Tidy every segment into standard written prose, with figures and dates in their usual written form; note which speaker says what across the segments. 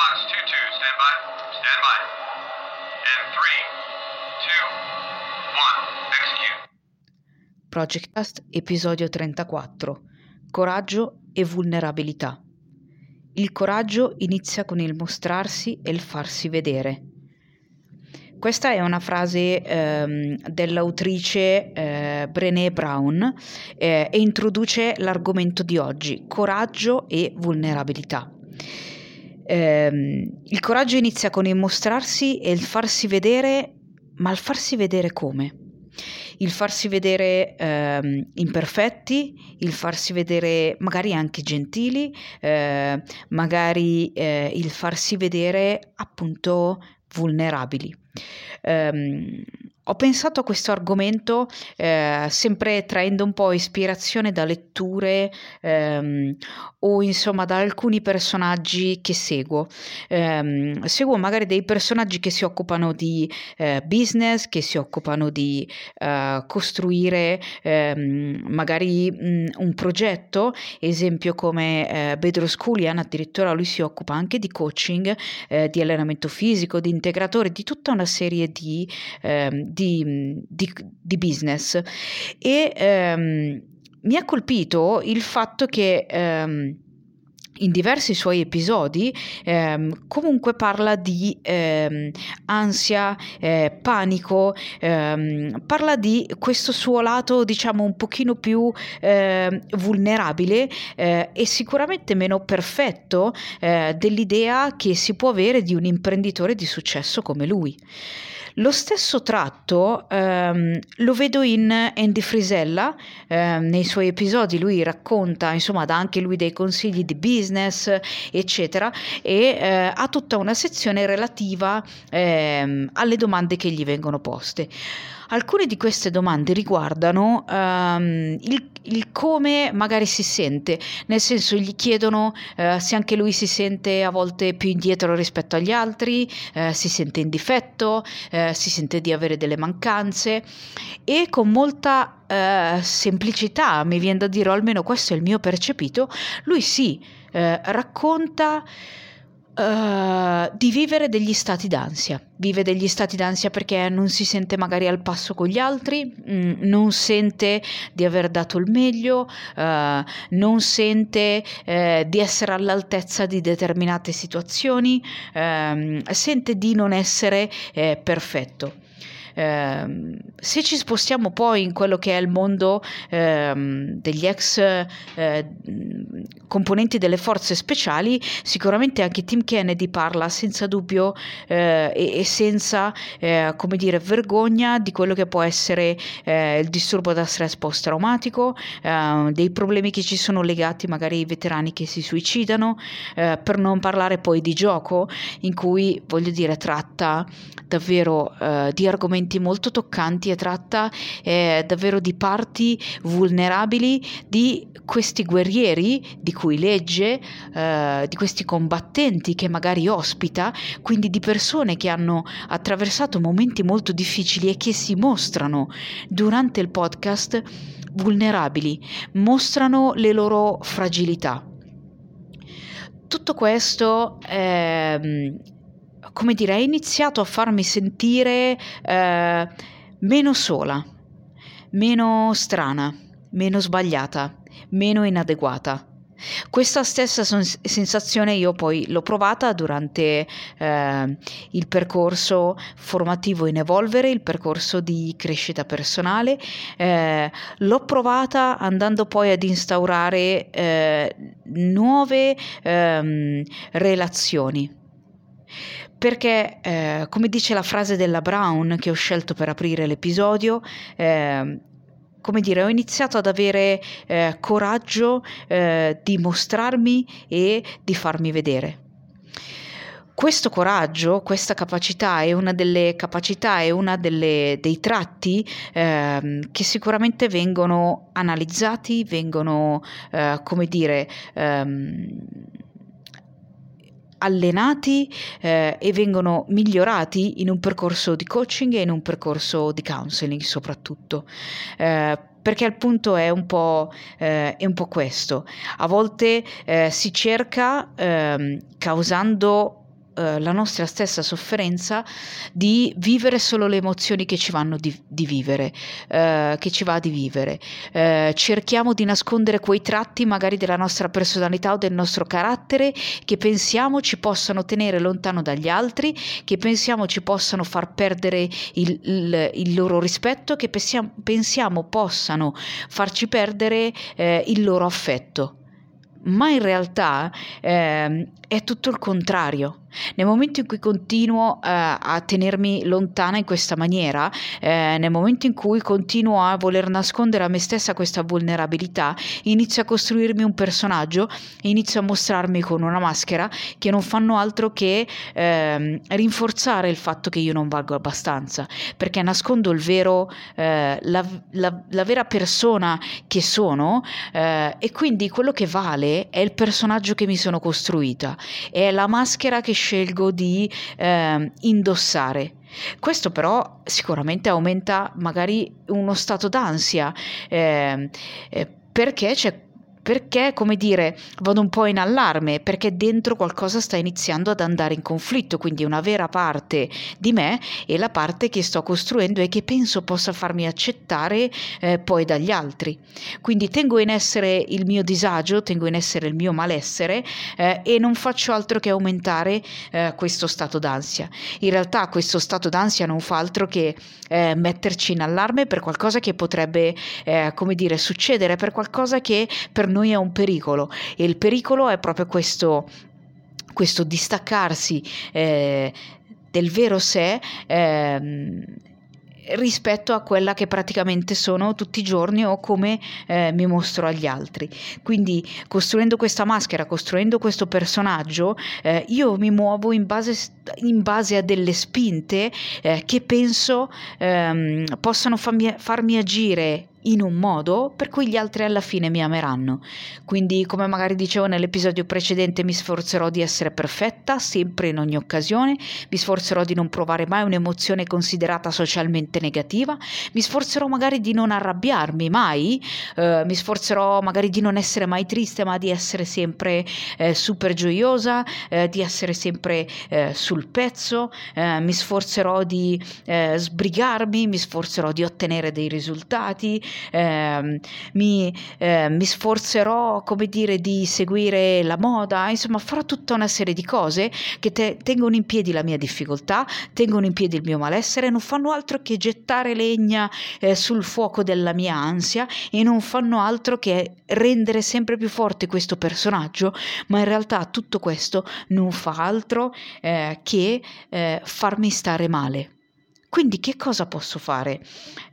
Speaker 1: Fox 2-2, stand by. Stand by. And 3, 2, 1, execute.
Speaker 2: Projectcast episodio 34. Coraggio e vulnerabilità. Il coraggio inizia con il mostrarsi e il farsi vedere. Questa è una frase dell'autrice Brené Brown e introduce l'argomento di oggi, coraggio e vulnerabilità. Il coraggio inizia con il mostrarsi e il farsi vedere, ma il farsi vedere come? Il farsi vedere imperfetti, il farsi vedere magari anche gentili, magari il farsi vedere appunto vulnerabili. Ho pensato a questo argomento sempre traendo un po' ispirazione da letture o insomma da alcuni personaggi che seguo. Seguo magari dei personaggi che si occupano di business, che si occupano di costruire magari un progetto, esempio come Bedros Keuilian, addirittura lui si occupa anche di coaching, di allenamento fisico, di integratore, di tutta una serie di business e mi ha colpito il fatto che in diversi suoi episodi comunque parla di ansia, panico, parla di questo suo lato diciamo un pochino più vulnerabile e sicuramente meno perfetto dell'idea che si può avere di un imprenditore di successo come lui. Lo stesso tratto lo vedo in Andy Frisella, nei suoi episodi lui racconta, insomma dà anche lui dei consigli di business eccetera e ha tutta una sezione relativa alle domande che gli vengono poste. Alcune di queste domande riguardano il come magari si sente, nel senso gli chiedono se anche lui si sente a volte più indietro rispetto agli altri, si sente in difetto, si sente di avere delle mancanze e con molta semplicità, mi viene da dire, o almeno questo è il mio percepito, lui racconta di vivere degli stati d'ansia. Vive degli stati d'ansia perché non si sente magari al passo con gli altri, non sente di aver dato il meglio, non sente di essere all'altezza di determinate situazioni, sente di non essere perfetto. Se ci spostiamo poi in quello che è il mondo degli ex componenti delle forze speciali, sicuramente anche Tim Kennedy parla senza dubbio e senza come dire vergogna di quello che può essere il disturbo da stress post-traumatico, dei problemi che ci sono legati magari ai veterani che si suicidano, per non parlare poi di gioco, in cui voglio dire tratta davvero di argomenti molto toccanti e tratta davvero di parti vulnerabili di questi guerrieri di cui legge, di questi combattenti che magari ospita, quindi di persone che hanno attraversato momenti molto difficili e che si mostrano durante il podcast vulnerabili, mostrano le loro fragilità. Tutto questo come dire, ha iniziato a farmi sentire meno sola, meno strana, meno sbagliata, meno inadeguata. Questa stessa sensazione io poi l'ho provata durante il percorso formativo in Evolvere, il percorso di crescita personale, l'ho provata andando poi ad instaurare nuove relazioni. Perché, come dice la frase della Brown che ho scelto per aprire l'episodio, come dire, ho iniziato ad avere coraggio di mostrarmi e di farmi vedere. Questo coraggio, questa capacità è una delle capacità, è una dei tratti che sicuramente vengono analizzati, vengono, come dire, allenati e vengono migliorati in un percorso di coaching e in un percorso di counseling soprattutto. Perché il punto è un po' questo. A volte si cerca, causando la nostra stessa sofferenza di vivere solo le emozioni che ci vanno di vivere, che ci va di vivere. Cerchiamo di nascondere quei tratti magari della nostra personalità o del nostro carattere che pensiamo ci possano tenere lontano dagli altri, che pensiamo ci possano far perdere il loro rispetto, che pensiamo possano farci perdere il loro affetto. Ma in realtà è tutto il contrario. Nel momento in cui continuo a tenermi lontana in questa maniera, nel momento in cui continuo a voler nascondere a me stessa questa vulnerabilità, inizio a costruirmi un personaggio, inizio a mostrarmi con una maschera che non fanno altro che rinforzare il fatto che io non valgo abbastanza, perché nascondo il vero, la vera persona che sono, e quindi quello che vale è il personaggio che mi sono costruita, è la maschera che scelgo di indossare. Questo però sicuramente aumenta magari uno stato d'ansia, perché, come dire, vado un po' in allarme, perché dentro qualcosa sta iniziando ad andare in conflitto, quindi una vera parte di me e la parte che sto costruendo e che penso possa farmi accettare poi dagli altri. Quindi tengo in essere il mio disagio, tengo in essere il mio malessere, e non faccio altro che aumentare questo stato d'ansia. In realtà questo stato d'ansia non fa altro che metterci in allarme per qualcosa che potrebbe, come dire, succedere, per qualcosa che per noi è un pericolo, e il pericolo è proprio questo distaccarsi del vero sé rispetto a quella che praticamente sono tutti i giorni o come mi mostro agli altri. Quindi costruendo questa maschera, costruendo questo personaggio, io mi muovo in base a delle spinte che penso possano farmi agire in un modo per cui gli altri alla fine mi ameranno. Quindi, come magari dicevo nell'episodio precedente, mi sforzerò di essere perfetta sempre, in ogni occasione, mi sforzerò di non provare mai un'emozione considerata socialmente negativa, mi sforzerò magari di non arrabbiarmi mai, mi sforzerò magari di non essere mai triste, ma di essere sempre super gioiosa, di essere sempre sul pezzo, mi sforzerò di sbrigarmi, mi sforzerò di ottenere dei risultati, mi sforzerò, come dire, di seguire la moda, insomma farò tutta una serie di cose che tengono in piedi la mia difficoltà, tengono in piedi il mio malessere, non fanno altro che gettare legna sul fuoco della mia ansia e non fanno altro che rendere sempre più forte questo personaggio, ma in realtà tutto questo non fa altro che farmi stare male. Quindi che cosa posso fare?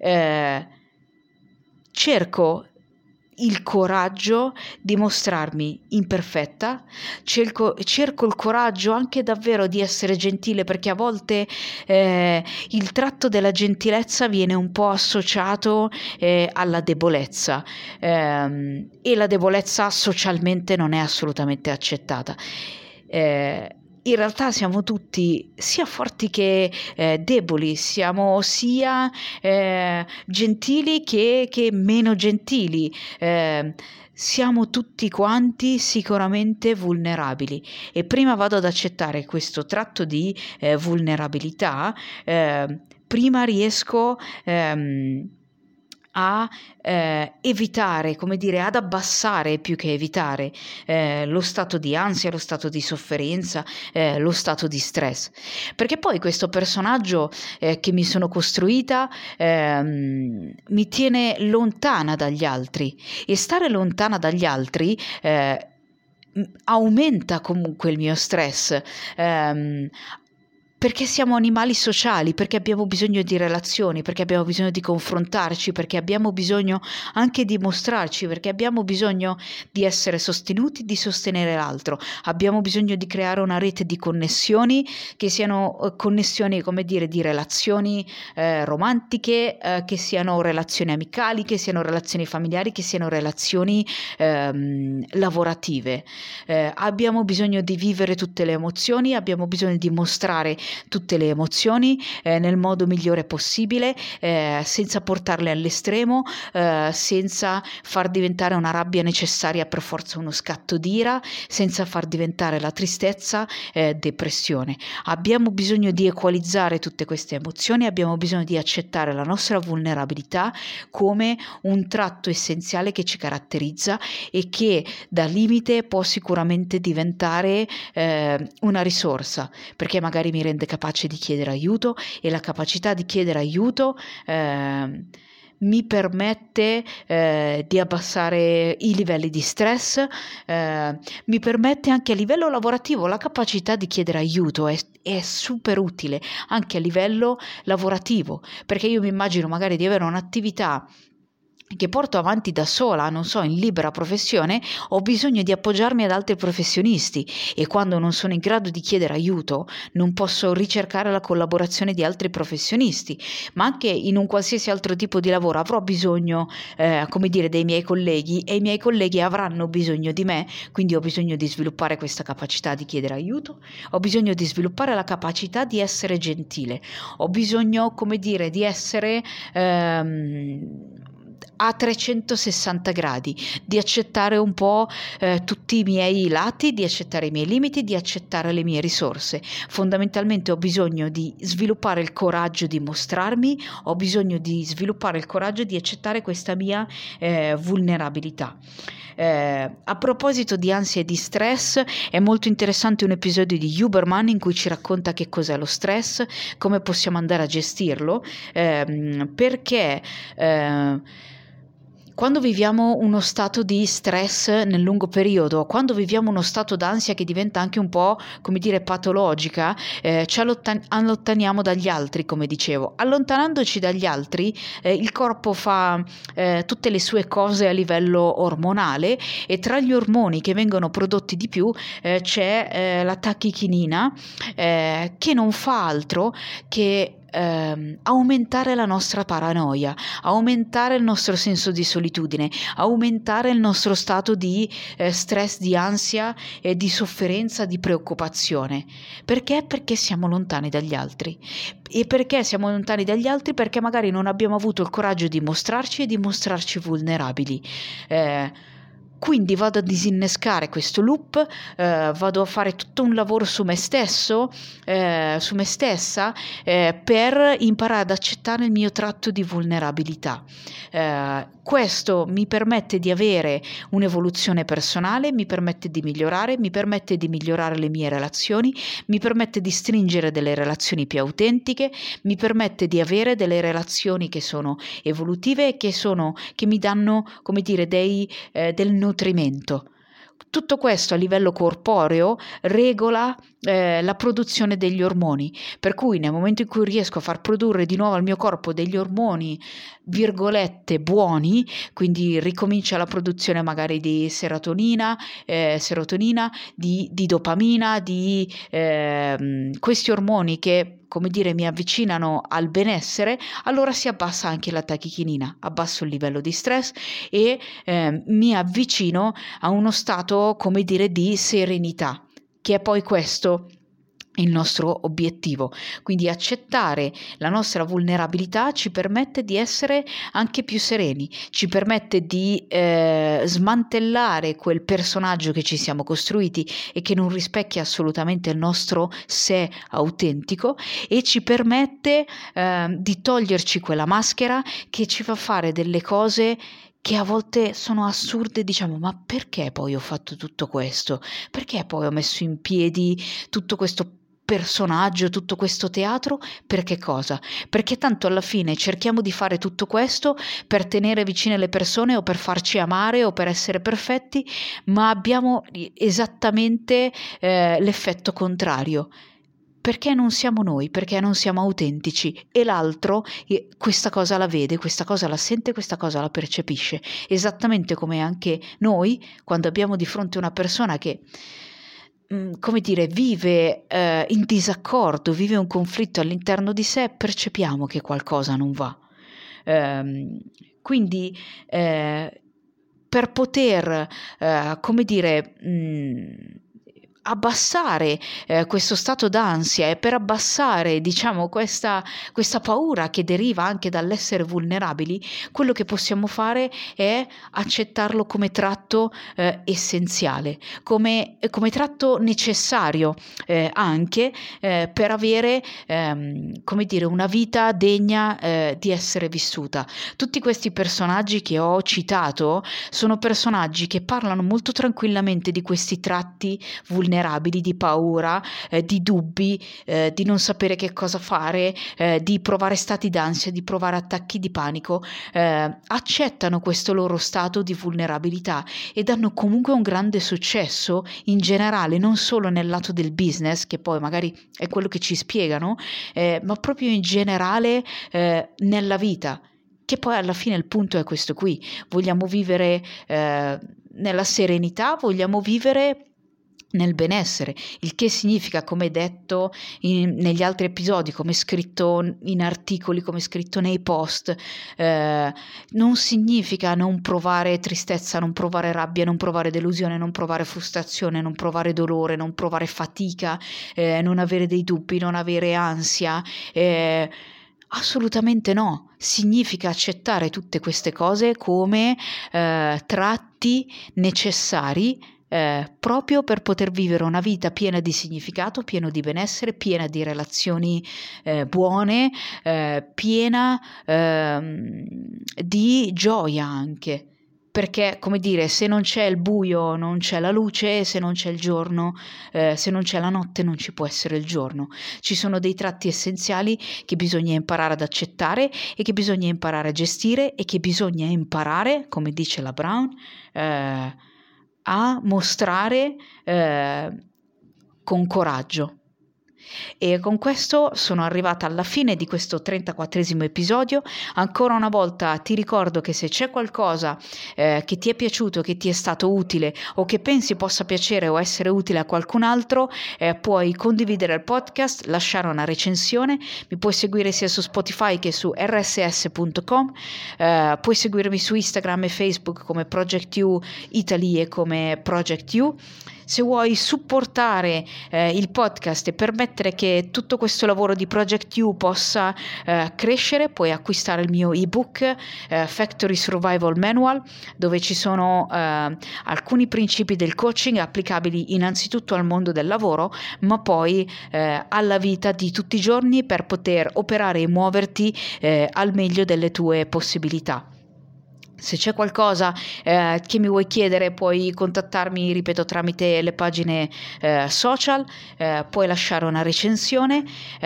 Speaker 2: Cerco il coraggio di mostrarmi imperfetta, cerco il coraggio anche davvero di essere gentile, perché a volte il tratto della gentilezza viene un po' associato alla debolezza, e la debolezza socialmente non è assolutamente accettata. In realtà siamo tutti sia forti che deboli, siamo sia gentili che meno gentili, siamo tutti quanti sicuramente vulnerabili, e prima vado ad accettare questo tratto di vulnerabilità, prima riesco a evitare, come dire, ad abbassare più che evitare lo stato di ansia, lo stato di sofferenza, lo stato di stress, perché poi questo personaggio che mi sono costruita mi tiene lontana dagli altri, e stare lontana dagli altri aumenta comunque il mio stress, perché siamo animali sociali, perché abbiamo bisogno di relazioni, perché abbiamo bisogno di confrontarci, perché abbiamo bisogno anche di mostrarci, perché abbiamo bisogno di essere sostenuti, di sostenere l'altro. Abbiamo bisogno di creare una rete di connessioni che siano connessioni, come dire, di relazioni romantiche, che siano relazioni amicali, che siano relazioni familiari, che siano relazioni lavorative. Abbiamo bisogno di vivere tutte le emozioni, abbiamo bisogno di mostrare tutte le emozioni nel modo migliore possibile, senza portarle all'estremo, senza far diventare una rabbia necessaria per forza uno scatto d'ira, senza far diventare la tristezza depressione. Abbiamo bisogno di equalizzare tutte queste emozioni, abbiamo bisogno di accettare la nostra vulnerabilità come un tratto essenziale che ci caratterizza e che da limite può sicuramente diventare una risorsa, perché magari mi rende capace di chiedere aiuto, e la capacità di chiedere aiuto mi permette di abbassare i livelli di stress, mi permette anche a livello lavorativo. La capacità di chiedere aiuto è super utile anche a livello lavorativo, perché io mi immagino magari di avere un'attività che porto avanti da sola, non so, in libera professione, ho bisogno di appoggiarmi ad altri professionisti, e quando non sono in grado di chiedere aiuto non posso ricercare la collaborazione di altri professionisti. Ma anche in un qualsiasi altro tipo di lavoro avrò bisogno, come dire, dei miei colleghi, e i miei colleghi avranno bisogno di me, quindi ho bisogno di sviluppare questa capacità di chiedere aiuto, ho bisogno di sviluppare la capacità di essere gentile, ho bisogno, come dire, di essere a 360 gradi, di accettare un po' tutti i miei lati, di accettare i miei limiti, di accettare le mie risorse. Fondamentalmente ho bisogno di sviluppare il coraggio di mostrarmi, ho bisogno di sviluppare il coraggio di accettare questa mia vulnerabilità. A proposito di ansia e di stress, è molto interessante un episodio di Huberman in cui ci racconta che cos'è lo stress, come possiamo andare a gestirlo, perché quando viviamo uno stato di stress nel lungo periodo, quando viviamo uno stato d'ansia che diventa anche un po', come dire, patologica, ci allontaniamo dagli altri, come dicevo. Allontanandoci dagli altri, il corpo fa tutte le sue cose a livello ormonale, e tra gli ormoni che vengono prodotti di più c'è la tachichinina, che non fa altro che aumentare la nostra paranoia, aumentare il nostro senso di solitudine, aumentare il nostro stato di stress, di ansia e di sofferenza, di preoccupazione. Perché? Perché siamo lontani dagli altri. E perché siamo lontani dagli altri? Perché magari non abbiamo avuto il coraggio di mostrarci e di mostrarci vulnerabili. Quindi vado a disinnescare questo loop, vado a fare tutto un lavoro su me stesso, su me stessa, per imparare ad accettare il mio tratto di vulnerabilità. Questo mi permette di avere un'evoluzione personale, mi permette di migliorare le mie relazioni, mi permette di stringere delle relazioni più autentiche, mi permette di avere delle relazioni che sono evolutive e che mi danno, come dire, del nutrimento. Tutto questo a livello corporeo regola la produzione degli ormoni, per cui nel momento in cui riesco a far produrre di nuovo al mio corpo degli ormoni, virgolette, buoni, quindi ricomincia la produzione magari di serotonina, di dopamina, di questi ormoni che, come dire, mi avvicinano al benessere, allora si abbassa anche la tachichinina, abbasso il livello di stress e mi avvicino a uno stato, come dire, di serenità, che è poi questo il nostro obiettivo. Quindi accettare la nostra vulnerabilità ci permette di essere anche più sereni, ci permette di smantellare quel personaggio che ci siamo costruiti e che non rispecchia assolutamente il nostro sé autentico, e ci permette di toglierci quella maschera che ci fa fare delle cose che a volte sono assurde. Diciamo, ma perché poi ho fatto tutto questo? Perché poi ho messo in piedi tutto questo personaggio, tutto questo teatro? Per che cosa? Perché tanto alla fine cerchiamo di fare tutto questo per tenere vicine le persone o per farci amare o per essere perfetti, ma abbiamo esattamente l'effetto contrario. Perché non siamo noi, perché non siamo autentici, e l'altro questa cosa la vede, questa cosa la sente, questa cosa la percepisce, esattamente come anche noi quando abbiamo di fronte una persona che, come dire, vive in disaccordo, vive un conflitto all'interno di sé, percepiamo che qualcosa non va. Quindi per poter, come dire, abbassare questo stato d'ansia e per abbassare, diciamo, questa paura che deriva anche dall'essere vulnerabili, quello che possiamo fare è accettarlo come tratto essenziale, come tratto necessario anche per avere, come dire, una vita degna di essere vissuta. Tutti questi personaggi che ho citato sono personaggi che parlano molto tranquillamente di questi tratti vulnerabili, di paura, di dubbi, di non sapere che cosa fare, di provare stati d'ansia, di provare attacchi di panico, accettano questo loro stato di vulnerabilità ed hanno comunque un grande successo in generale, non solo nel lato del business, che poi magari è quello che ci spiegano, ma proprio in generale nella vita. Che poi alla fine il punto è questo qui: vogliamo vivere nella serenità, vogliamo vivere nel benessere, il che significa, come detto negli altri episodi, come scritto in articoli, come scritto nei post, non significa non provare tristezza, non provare rabbia, non provare delusione, non provare frustrazione, non provare dolore, non provare fatica, non avere dei dubbi, non avere ansia. Assolutamente no, significa accettare tutte queste cose come tratti necessari proprio per poter vivere una vita piena di significato, piena di benessere, piena di relazioni buone, piena di gioia anche. Perché, come dire, se non c'è il buio non c'è la luce, se non c'è il giorno, se non c'è la notte non ci può essere il giorno. Ci sono dei tratti essenziali che bisogna imparare ad accettare e che bisogna imparare a gestire e che bisogna imparare, come dice la Brown, a mostrare con coraggio. E con questo sono arrivata alla fine di questo 34esimo episodio. Ancora una volta ti ricordo che se c'è qualcosa che ti è piaciuto, che ti è stato utile o che pensi possa piacere o essere utile a qualcun altro, puoi condividere il podcast, lasciare una recensione. Mi puoi seguire sia su Spotify che su rss.com, puoi seguirmi su Instagram e Facebook come Project You Italy e come Project You. Se vuoi supportare il podcast e permettere che tutto questo lavoro di Project You possa crescere, puoi acquistare il mio ebook Factory Survival Manual, dove ci sono alcuni principi del coaching applicabili innanzitutto al mondo del lavoro, ma poi alla vita di tutti i giorni per poter operare e muoverti al meglio delle tue possibilità. Se c'è qualcosa che mi vuoi chiedere, puoi contattarmi, ripeto, tramite le pagine social, puoi lasciare una recensione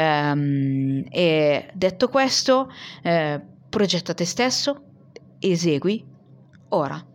Speaker 2: e detto questo, progetta te stesso, esegui ora.